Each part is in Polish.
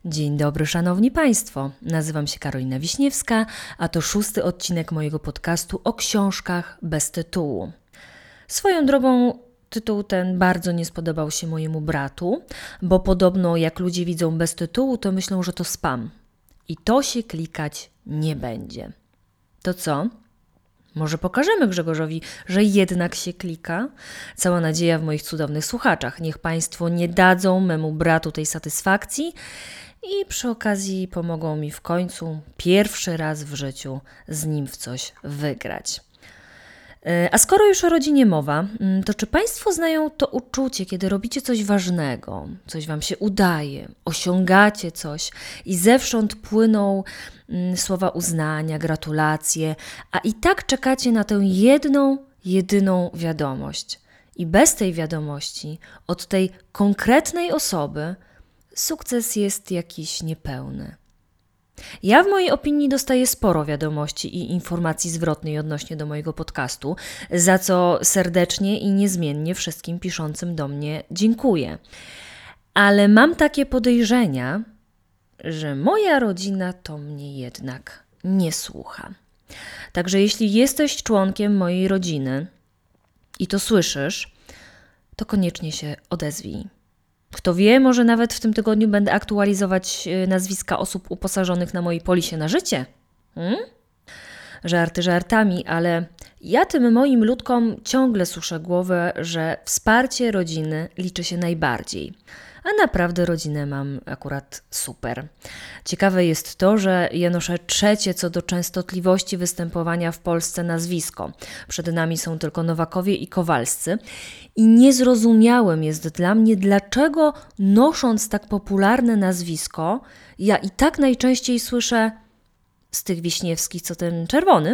Dzień dobry, szanowni państwo. Nazywam się Karolina Wiśniewska, a to 6. odcinek mojego podcastu o książkach bez tytułu. Swoją drogą tytuł ten bardzo nie spodobał się mojemu bratu, bo podobno jak ludzie widzą bez tytułu, to myślą, że to spam. I to się klikać nie będzie. To co? Może pokażemy Grzegorzowi, że jednak się klika? Cała nadzieja w moich cudownych słuchaczach. Niech państwo nie dadzą memu bratu tej satysfakcji i przy okazji pomogą mi w końcu pierwszy raz w życiu z nim w coś wygrać. A skoro już o rodzinie mowa, to czy państwo znają to uczucie, kiedy robicie coś ważnego, coś wam się udaje, osiągacie coś i zewsząd płyną słowa uznania, gratulacje, a i tak czekacie na tę jedyną wiadomość. I bez tej wiadomości, od tej konkretnej osoby, sukces jest jakiś niepełny. Ja w mojej opinii dostaję sporo wiadomości i informacji zwrotnej odnośnie do mojego podcastu, za co serdecznie i niezmiennie wszystkim piszącym do mnie dziękuję. Ale mam takie podejrzenia, że moja rodzina to mnie jednak nie słucha. Także jeśli jesteś członkiem mojej rodziny i to słyszysz, to koniecznie się odezwij. Kto wie, może nawet w tym tygodniu będę aktualizować nazwiska osób uposażonych na mojej polisie na życie. Żarty żartami, ale ja tym moim ludkom ciągle suszę głowę, że wsparcie rodziny liczy się najbardziej. A naprawdę rodzinę mam akurat super. Ciekawe jest to, że ja noszę trzecie co do częstotliwości występowania w Polsce nazwisko. Przed nami są tylko Nowakowie i Kowalscy. I niezrozumiałym jest dla mnie, dlaczego nosząc tak popularne nazwisko, ja i tak najczęściej słyszę z tych Wiśniewskich, co ten czerwony.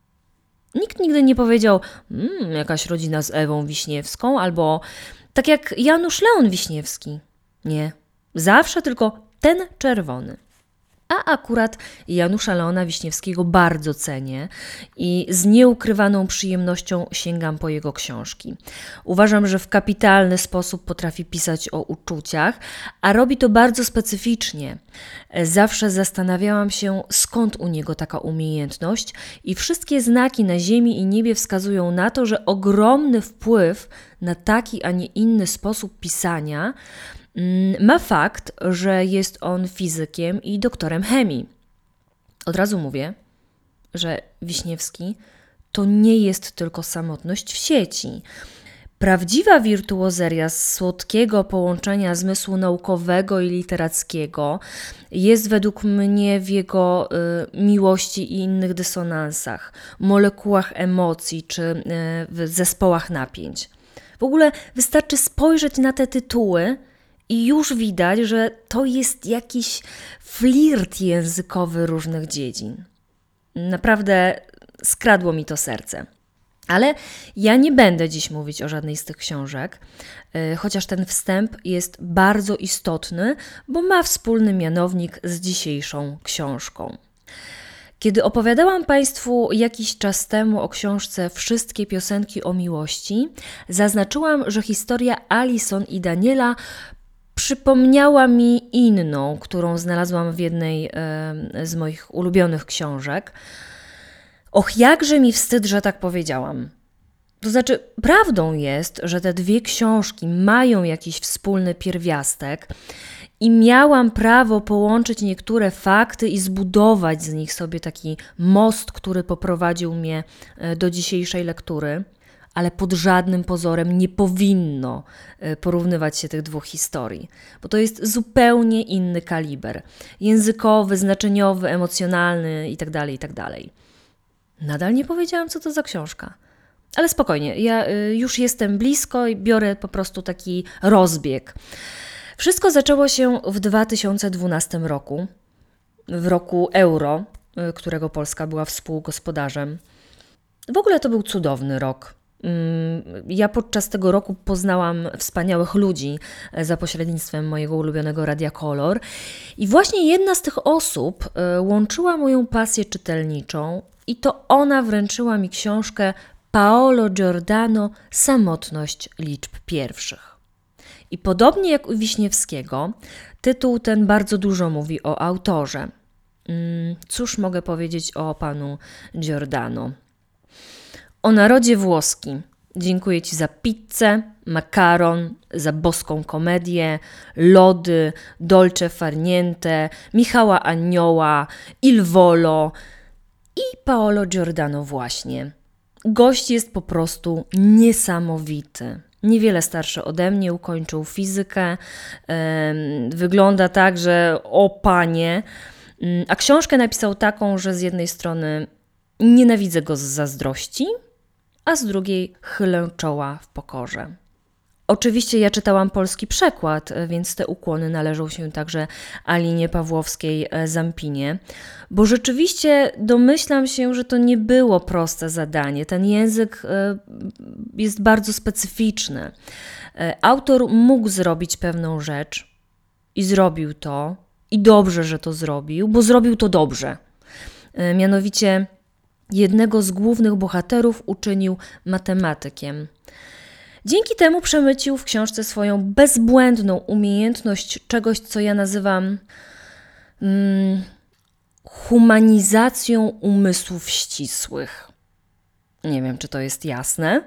Nikt nigdy nie powiedział, jakaś rodzina z Ewą Wiśniewską, albo tak jak Janusz Leon Wiśniewski. Nie, zawsze tylko ten czerwony. A akurat Janusza Leona Wiśniewskiego bardzo cenię i z nieukrywaną przyjemnością sięgam po jego książki. Uważam, że w kapitalny sposób potrafi pisać o uczuciach, a robi to bardzo specyficznie. Zawsze zastanawiałam się, skąd u niego taka umiejętność i wszystkie znaki na ziemi i niebie wskazują na to, że ogromny wpływ na taki, a nie inny sposób pisania ma fakt, że jest on fizykiem i doktorem chemii. Od razu mówię, że Wiśniewski to nie jest tylko samotność w sieci. Prawdziwa wirtuozeria z słodkiego połączenia zmysłu naukowego i literackiego jest według mnie w jego miłości i innych dysonansach, molekułach emocji czy w zespołach napięć. W ogóle wystarczy spojrzeć na te tytuły i już widać, że to jest jakiś flirt językowy różnych dziedzin. Naprawdę skradło mi to serce. Ale ja nie będę dziś mówić o żadnej z tych książek, chociaż ten wstęp jest bardzo istotny, bo ma wspólny mianownik z dzisiejszą książką. Kiedy opowiadałam Państwu jakiś czas temu o książce Wszystkie piosenki o miłości, zaznaczyłam, że historia Alison i Daniela przypomniała mi inną, którą znalazłam w jednej z moich ulubionych książek. Och, jakże mi wstyd, że tak powiedziałam. To znaczy, prawdą jest, że te dwie książki mają jakiś wspólny pierwiastek i miałam prawo połączyć niektóre fakty i zbudować z nich sobie taki most, który poprowadził mnie do dzisiejszej lektury. Ale pod żadnym pozorem nie powinno porównywać się tych dwóch historii, bo to jest zupełnie inny kaliber. Językowy, znaczeniowy, emocjonalny itd., itd. Nadal nie powiedziałam, co to za książka. Ale spokojnie, ja już jestem blisko i biorę po prostu taki rozbieg. Wszystko zaczęło się w 2012 roku, w roku euro, którego Polska była współgospodarzem. W ogóle to był cudowny rok. Ja podczas tego roku poznałam wspaniałych ludzi za pośrednictwem mojego ulubionego Radia Kolor i właśnie jedna z tych osób łączyła moją pasję czytelniczą i to ona wręczyła mi książkę Paolo Giordano Samotność liczb pierwszych. I podobnie jak u Wiśniewskiego, tytuł ten bardzo dużo mówi o autorze. Cóż mogę powiedzieć o panu Giordano? O narodzie włoskim. Dziękuję Ci za pizzę, makaron, za boską komedię, lody, dolce farniente, Michała Anioła, Il Volo i Paolo Giordano właśnie. Gość jest po prostu niesamowity. Niewiele starszy ode mnie, ukończył fizykę, wygląda tak, że o panie, a książkę napisał taką, że z jednej strony nienawidzę go z zazdrości, a z drugiej chylę czoła w pokorze. Oczywiście ja czytałam polski przekład, więc te ukłony należą się także Alinie Pawłowskiej-Zampinie, bo rzeczywiście domyślam się, że to nie było proste zadanie. Ten język jest bardzo specyficzny. Autor mógł zrobić pewną rzecz i zrobił to, i dobrze, że to zrobił, bo zrobił to dobrze. Mianowicie jednego z głównych bohaterów uczynił matematykiem. Dzięki temu przemycił w książce swoją bezbłędną umiejętność czegoś, co ja nazywam humanizacją umysłów ścisłych. Nie wiem, czy to jest jasne.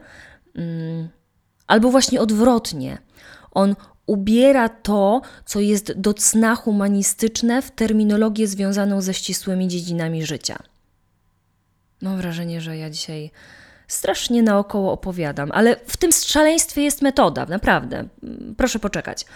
Albo właśnie odwrotnie. On ubiera to, co jest do cna humanistyczne, w terminologię związaną ze ścisłymi dziedzinami życia. Mam wrażenie, że ja dzisiaj strasznie naokoło opowiadam, ale w tym szaleństwie jest metoda, naprawdę. Proszę poczekać.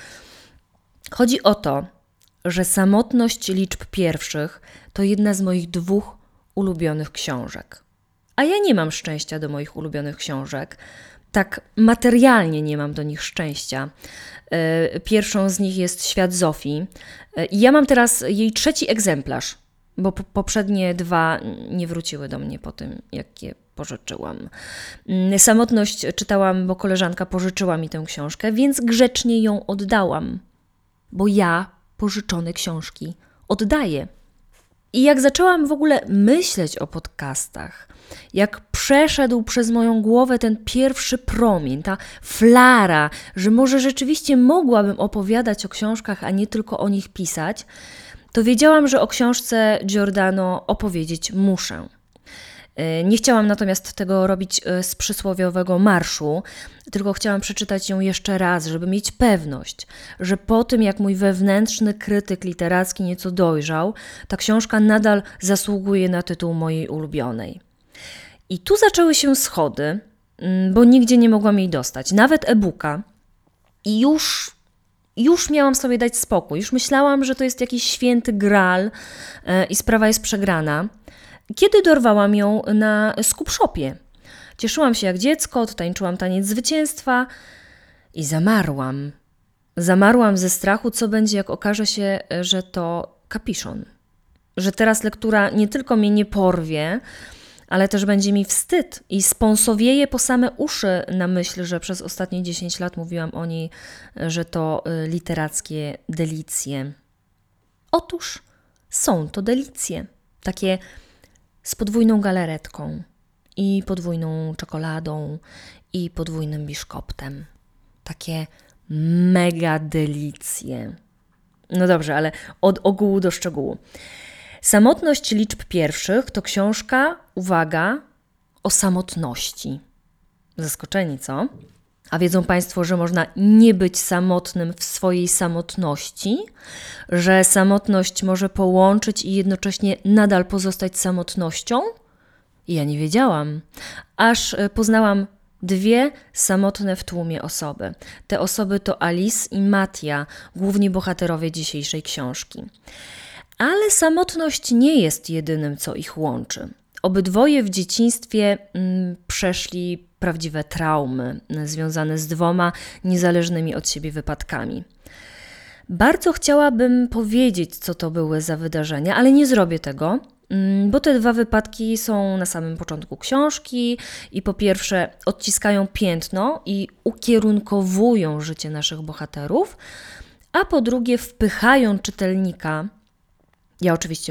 Chodzi o to, że Samotność liczb pierwszych to jedna z moich 2 ulubionych książek. A ja nie mam szczęścia do moich ulubionych książek. Tak materialnie nie mam do nich szczęścia. Pierwszą z nich jest Świat Zofii. I ja mam teraz jej 3. egzemplarz, bo poprzednie 2 nie wróciły do mnie po tym, jak je pożyczyłam. Samotność czytałam, bo koleżanka pożyczyła mi tę książkę, więc grzecznie ją oddałam, bo ja pożyczone książki oddaję. I jak zaczęłam w ogóle myśleć o podcastach, jak przeszedł przez moją głowę ten pierwszy promień, ta flara, że może rzeczywiście mogłabym opowiadać o książkach, a nie tylko o nich pisać, to wiedziałam, że o książce Giordano opowiedzieć muszę. Nie chciałam natomiast tego robić z przysłowiowego marszu, tylko chciałam przeczytać ją jeszcze raz, żeby mieć pewność, że po tym, jak mój wewnętrzny krytyk literacki nieco dojrzał, ta książka nadal zasługuje na tytuł mojej ulubionej. I tu zaczęły się schody, bo nigdzie nie mogłam jej dostać, nawet e-booka. I już miałam sobie dać spokój, już myślałam, że to jest jakiś święty graal i sprawa jest przegrana, kiedy dorwałam ją na Skupshopie. Cieszyłam się jak dziecko, odtańczyłam taniec zwycięstwa i zamarłam. Zamarłam ze strachu, co będzie, jak okaże się, że to kapiszon. Że teraz lektura nie tylko mnie nie porwie, ale też będzie mi wstyd i sponsowieje po same uszy na myśl, że przez ostatnie 10 lat mówiłam o niej, że to literackie delicje. Otóż są to delicje, takie z podwójną galaretką i podwójną czekoladą i podwójnym biszkoptem. Takie mega delicje. No dobrze, ale od ogółu do szczegółu. Samotność liczb pierwszych to książka, uwaga, o samotności. Zaskoczeni, co? A wiedzą Państwo, że można nie być samotnym w swojej samotności, że samotność może połączyć i jednocześnie nadal pozostać samotnością? Ja nie wiedziałam, aż poznałam 2 samotne w tłumie osoby. Te osoby to Alice i Mattia, główni bohaterowie dzisiejszej książki. Ale samotność nie jest jedynym, co ich łączy. Obydwoje w dzieciństwie przeszli prawdziwe traumy związane z 2 niezależnymi od siebie wypadkami. Bardzo chciałabym powiedzieć, co to były za wydarzenia, ale nie zrobię tego, bo te 2 wypadki są na samym początku książki i po pierwsze odciskają piętno i ukierunkowują życie naszych bohaterów, a po drugie wpychają czytelnika. Ja oczywiście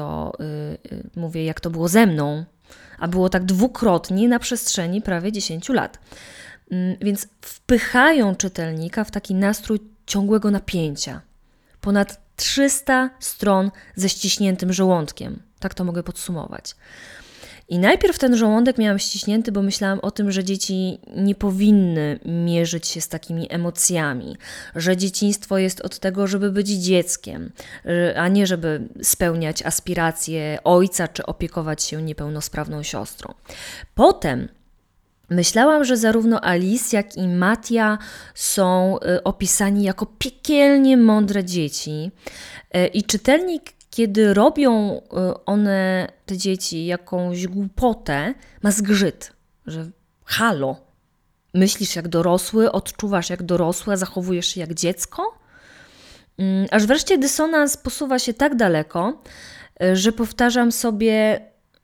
mówię jak to było ze mną, a było tak 2-krotnie na przestrzeni prawie 10 lat. Więc wpychają czytelnika w taki nastrój ciągłego napięcia. Ponad 300 stron ze ściśniętym żołądkiem. Tak to mogę podsumować. I najpierw ten żołądek miałam ściśnięty, bo myślałam o tym, że dzieci nie powinny mierzyć się z takimi emocjami, że dzieciństwo jest od tego, żeby być dzieckiem, a nie żeby spełniać aspiracje ojca czy opiekować się niepełnosprawną siostrą. Potem myślałam, że zarówno Alice, jak i Mattia są opisani jako piekielnie mądre dzieci i czytelnik, kiedy robią one, te dzieci, jakąś głupotę, ma zgrzyt, że halo, myślisz jak dorosły, odczuwasz jak dorosły, a zachowujesz się jak dziecko? Aż wreszcie dysonans posuwa się tak daleko, że powtarzam sobie,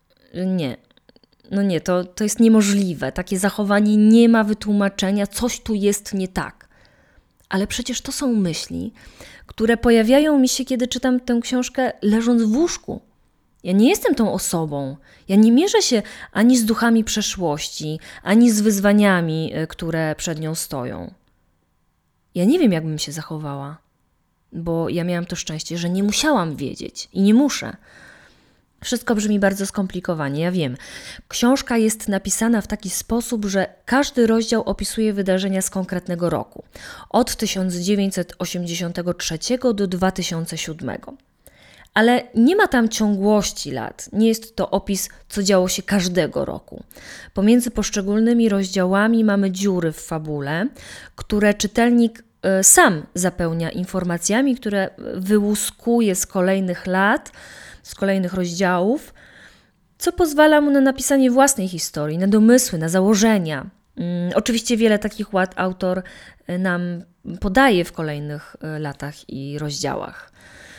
nie, to jest niemożliwe, takie zachowanie nie ma wytłumaczenia, coś tu jest nie tak. Ale przecież to są myśli, które pojawiają mi się, kiedy czytam tę książkę leżąc w łóżku. Ja nie jestem tą osobą. Ja nie mierzę się ani z duchami przeszłości, ani z wyzwaniami, które przed nią stoją. Ja nie wiem, jak bym się zachowała, bo ja miałam to szczęście, że nie musiałam wiedzieć i nie muszę. Wszystko brzmi bardzo skomplikowanie, ja wiem. Książka jest napisana w taki sposób, że każdy rozdział opisuje wydarzenia z konkretnego roku. Od 1983 do 2007. Ale nie ma tam ciągłości lat, nie jest to opis, co działo się każdego roku. Pomiędzy poszczególnymi rozdziałami mamy dziury w fabule, które czytelnik sam zapełnia informacjami, które wyłuskuje z kolejnych lat, z kolejnych rozdziałów, co pozwala mu na napisanie własnej historii, na domysły, na założenia. Oczywiście wiele takich łat autor nam podaje w kolejnych latach i rozdziałach.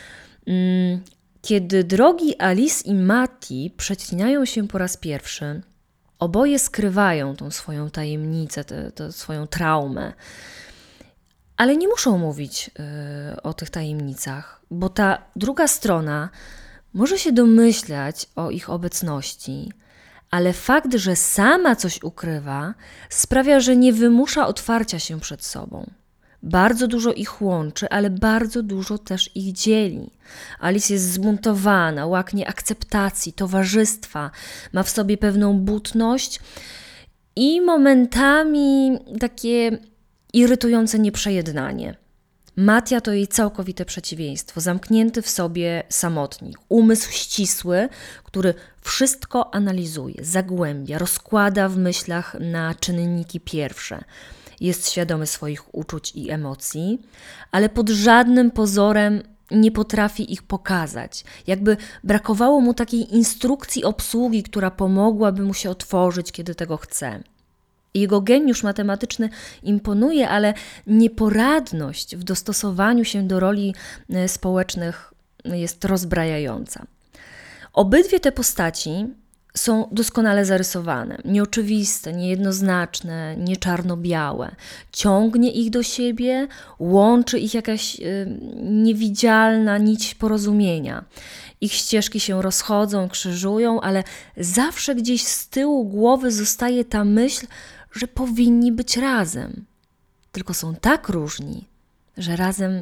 Kiedy drogi Alice i Matty przecinają się po raz pierwszy, oboje skrywają tą swoją tajemnicę, tę swoją traumę. Ale nie muszą mówić o tych tajemnicach, bo ta druga strona może się domyślać o ich obecności, ale fakt, że sama coś ukrywa, sprawia, że nie wymusza otwarcia się przed sobą. Bardzo dużo ich łączy, ale bardzo dużo też ich dzieli. Alice jest zbuntowana, łaknie akceptacji, towarzystwa, ma w sobie pewną butność i momentami takie irytujące nieprzejednanie. Mattia to jej całkowite przeciwieństwo, zamknięty w sobie samotnik, umysł ścisły, który wszystko analizuje, zagłębia, rozkłada w myślach na czynniki pierwsze. Jest świadomy swoich uczuć i emocji, ale pod żadnym pozorem nie potrafi ich pokazać. Jakby brakowało mu takiej instrukcji obsługi, która pomogłaby mu się otworzyć, kiedy tego chce. Jego geniusz matematyczny imponuje, ale nieporadność w dostosowaniu się do roli społecznych jest rozbrajająca. Obydwie te postaci są doskonale zarysowane, nieoczywiste, niejednoznaczne, nie czarno-białe. Ciągnie ich do siebie, łączy ich jakaś niewidzialna nić porozumienia. Ich ścieżki się rozchodzą, krzyżują, ale zawsze gdzieś z tyłu głowy zostaje ta myśl, że powinni być razem. Tylko są tak różni, że razem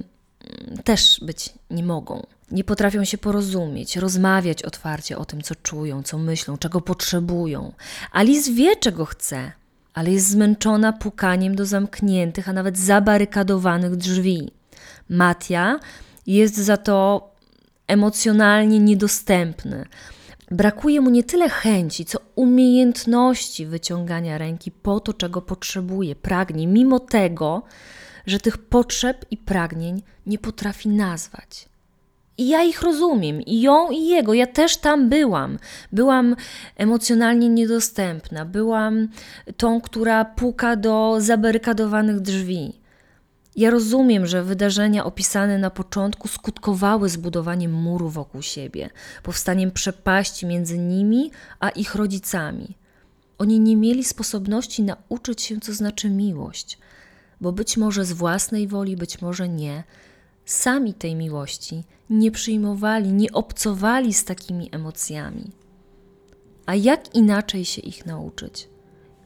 też być nie mogą. Nie potrafią się porozumieć, rozmawiać otwarcie o tym, co czują, co myślą, czego potrzebują. Alice wie, czego chce, ale jest zmęczona pukaniem do zamkniętych, a nawet zabarykadowanych drzwi. Mattia jest za to emocjonalnie niedostępny. Brakuje mu nie tyle chęci, co umiejętności wyciągania ręki po to, czego potrzebuje, pragnie, mimo tego, że tych potrzeb i pragnień nie potrafi nazwać. I ja ich rozumiem, i ją, i jego. Ja też tam byłam. Byłam emocjonalnie niedostępna. Byłam tą, która puka do zabarykadowanych drzwi. Ja rozumiem, że wydarzenia opisane na początku skutkowały zbudowaniem muru wokół siebie, powstaniem przepaści między nimi a ich rodzicami. Oni nie mieli sposobności nauczyć się, co znaczy miłość, bo być może z własnej woli, być może nie, sami tej miłości nie przyjmowali, nie obcowali z takimi emocjami. A jak inaczej się ich nauczyć?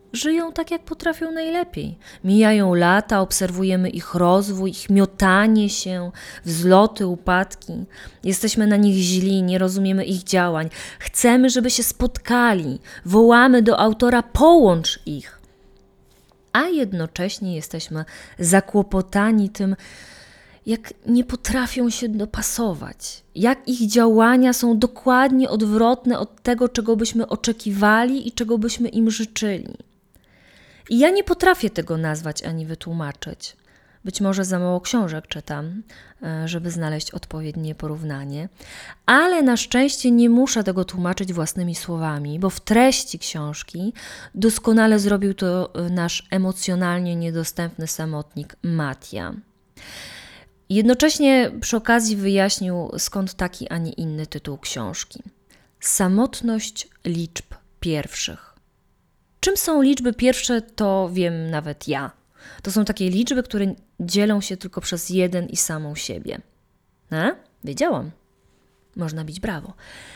żyją tak, jak potrafią najlepiej. Mijają lata, obserwujemy ich rozwój, ich miotanie się, wzloty, upadki. Jesteśmy na nich źli, nie rozumiemy ich działań. Chcemy, żeby się spotkali. Wołamy do autora: połącz ich. A jednocześnie jesteśmy zakłopotani tym, jak nie potrafią się dopasować, jak ich działania są dokładnie odwrotne od tego, czego byśmy oczekiwali i czego byśmy im życzyli. I ja nie potrafię tego nazwać ani wytłumaczyć. Być może za mało książek czytam, żeby znaleźć odpowiednie porównanie, ale na szczęście nie muszę tego tłumaczyć własnymi słowami, bo w treści książki doskonale zrobił to nasz emocjonalnie niedostępny samotnik Mattia. Jednocześnie przy okazji wyjaśnił, skąd taki, a nie inny tytuł książki. Samotność liczb pierwszych. Czym są liczby pierwsze, to wiem nawet ja. To są takie liczby, które dzielą się tylko przez jeden i samą siebie. Wiedziałam. Można bić brawo.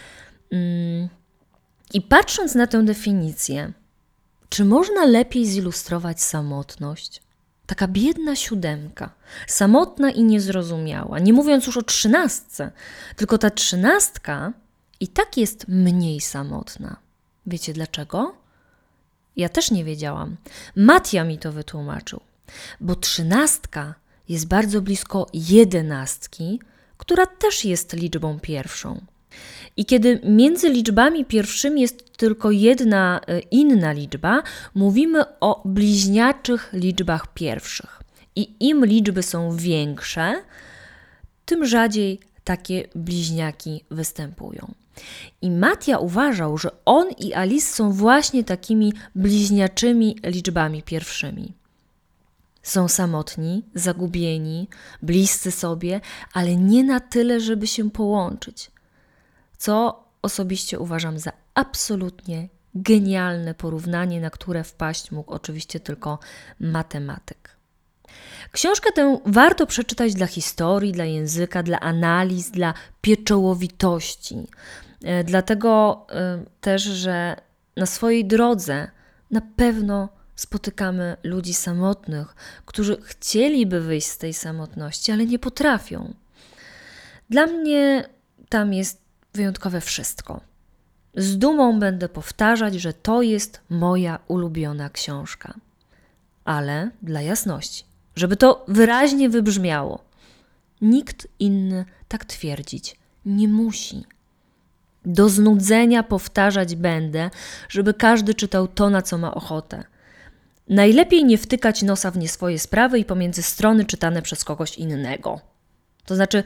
I patrząc na tę definicję, czy można lepiej zilustrować samotność? Taka biedna siódemka, samotna i niezrozumiała, nie mówiąc już o 13, tylko ta 13 i tak jest mniej samotna. Wiecie dlaczego? Ja też nie wiedziałam. Mattia mi to wytłumaczył, bo 13 jest bardzo blisko 11, która też jest liczbą pierwszą. I kiedy między liczbami pierwszymi jest tylko jedna inna liczba, mówimy o bliźniaczych liczbach pierwszych. I im liczby są większe, tym rzadziej takie bliźniaki występują. I Mattia uważał, że on i Alice są właśnie takimi bliźniaczymi liczbami pierwszymi. Są samotni, zagubieni, bliscy sobie, ale nie na tyle, żeby się połączyć. Co osobiście uważam za absolutnie genialne porównanie, na które wpaść mógł oczywiście tylko matematyk. Książkę tę warto przeczytać dla historii, dla języka, dla analiz, dla pieczołowitości. Dlatego też, że na swojej drodze na pewno spotykamy ludzi samotnych, którzy chcieliby wyjść z tej samotności, ale nie potrafią. Dla mnie tam jest wyjątkowe wszystko. Z dumą będę powtarzać, że to jest moja ulubiona książka. Ale dla jasności, żeby to wyraźnie wybrzmiało, nikt inny tak twierdzić nie musi. Do znudzenia powtarzać będę, żeby każdy czytał to, na co ma ochotę. Najlepiej nie wtykać nosa w nie swoje sprawy i pomiędzy strony czytane przez kogoś innego. To znaczy,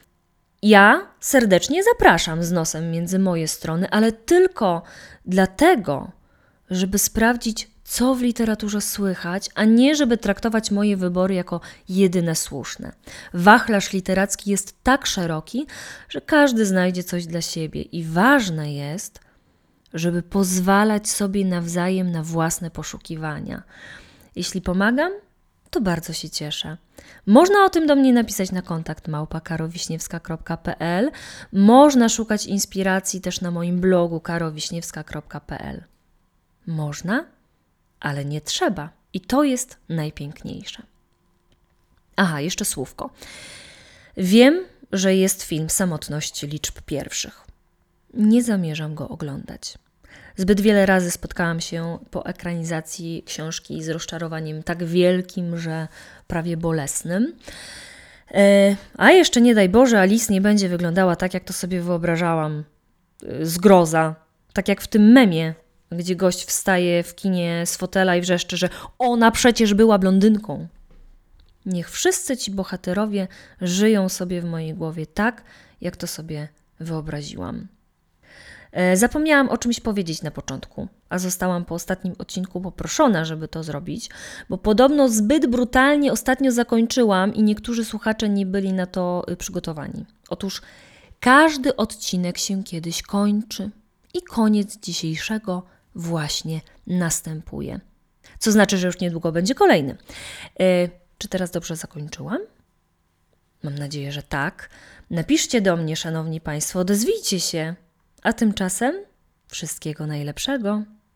ja serdecznie zapraszam z nosem między moje strony, ale tylko dlatego, żeby sprawdzić, co w literaturze słychać, a nie żeby traktować moje wybory jako jedyne słuszne. Wachlarz literacki jest tak szeroki, że każdy znajdzie coś dla siebie i ważne jest, żeby pozwalać sobie nawzajem na własne poszukiwania. Jeśli pomagam, to bardzo się cieszę. Można o tym do mnie napisać na kontakt @karowiśniewska.pl. Można szukać inspiracji też na moim blogu karowiśniewska.pl. Można, ale nie trzeba. I to jest najpiękniejsze. Aha, jeszcze słówko. Wiem, że jest film Samotność liczb pierwszych. Nie zamierzam go oglądać. Zbyt wiele razy spotkałam się po ekranizacji książki z rozczarowaniem tak wielkim, że prawie bolesnym. A jeszcze nie daj Boże, Alice nie będzie wyglądała tak, jak to sobie wyobrażałam. Zgroza. Tak jak w tym memie, gdzie gość wstaje w kinie z fotela i wrzeszczy, że ona przecież była blondynką. Niech wszyscy ci bohaterowie żyją sobie w mojej głowie tak, jak to sobie wyobraziłam. Zapomniałam o czymś powiedzieć na początku, a zostałam po ostatnim odcinku poproszona, żeby to zrobić, bo podobno zbyt brutalnie ostatnio zakończyłam i niektórzy słuchacze nie byli na to przygotowani. Otóż każdy odcinek się kiedyś kończy i koniec dzisiejszego właśnie następuje. Co znaczy, że już niedługo będzie kolejny. Czy teraz dobrze zakończyłam? Mam nadzieję, że tak. Napiszcie do mnie, szanowni Państwo, odezwijcie się. A tymczasem wszystkiego najlepszego.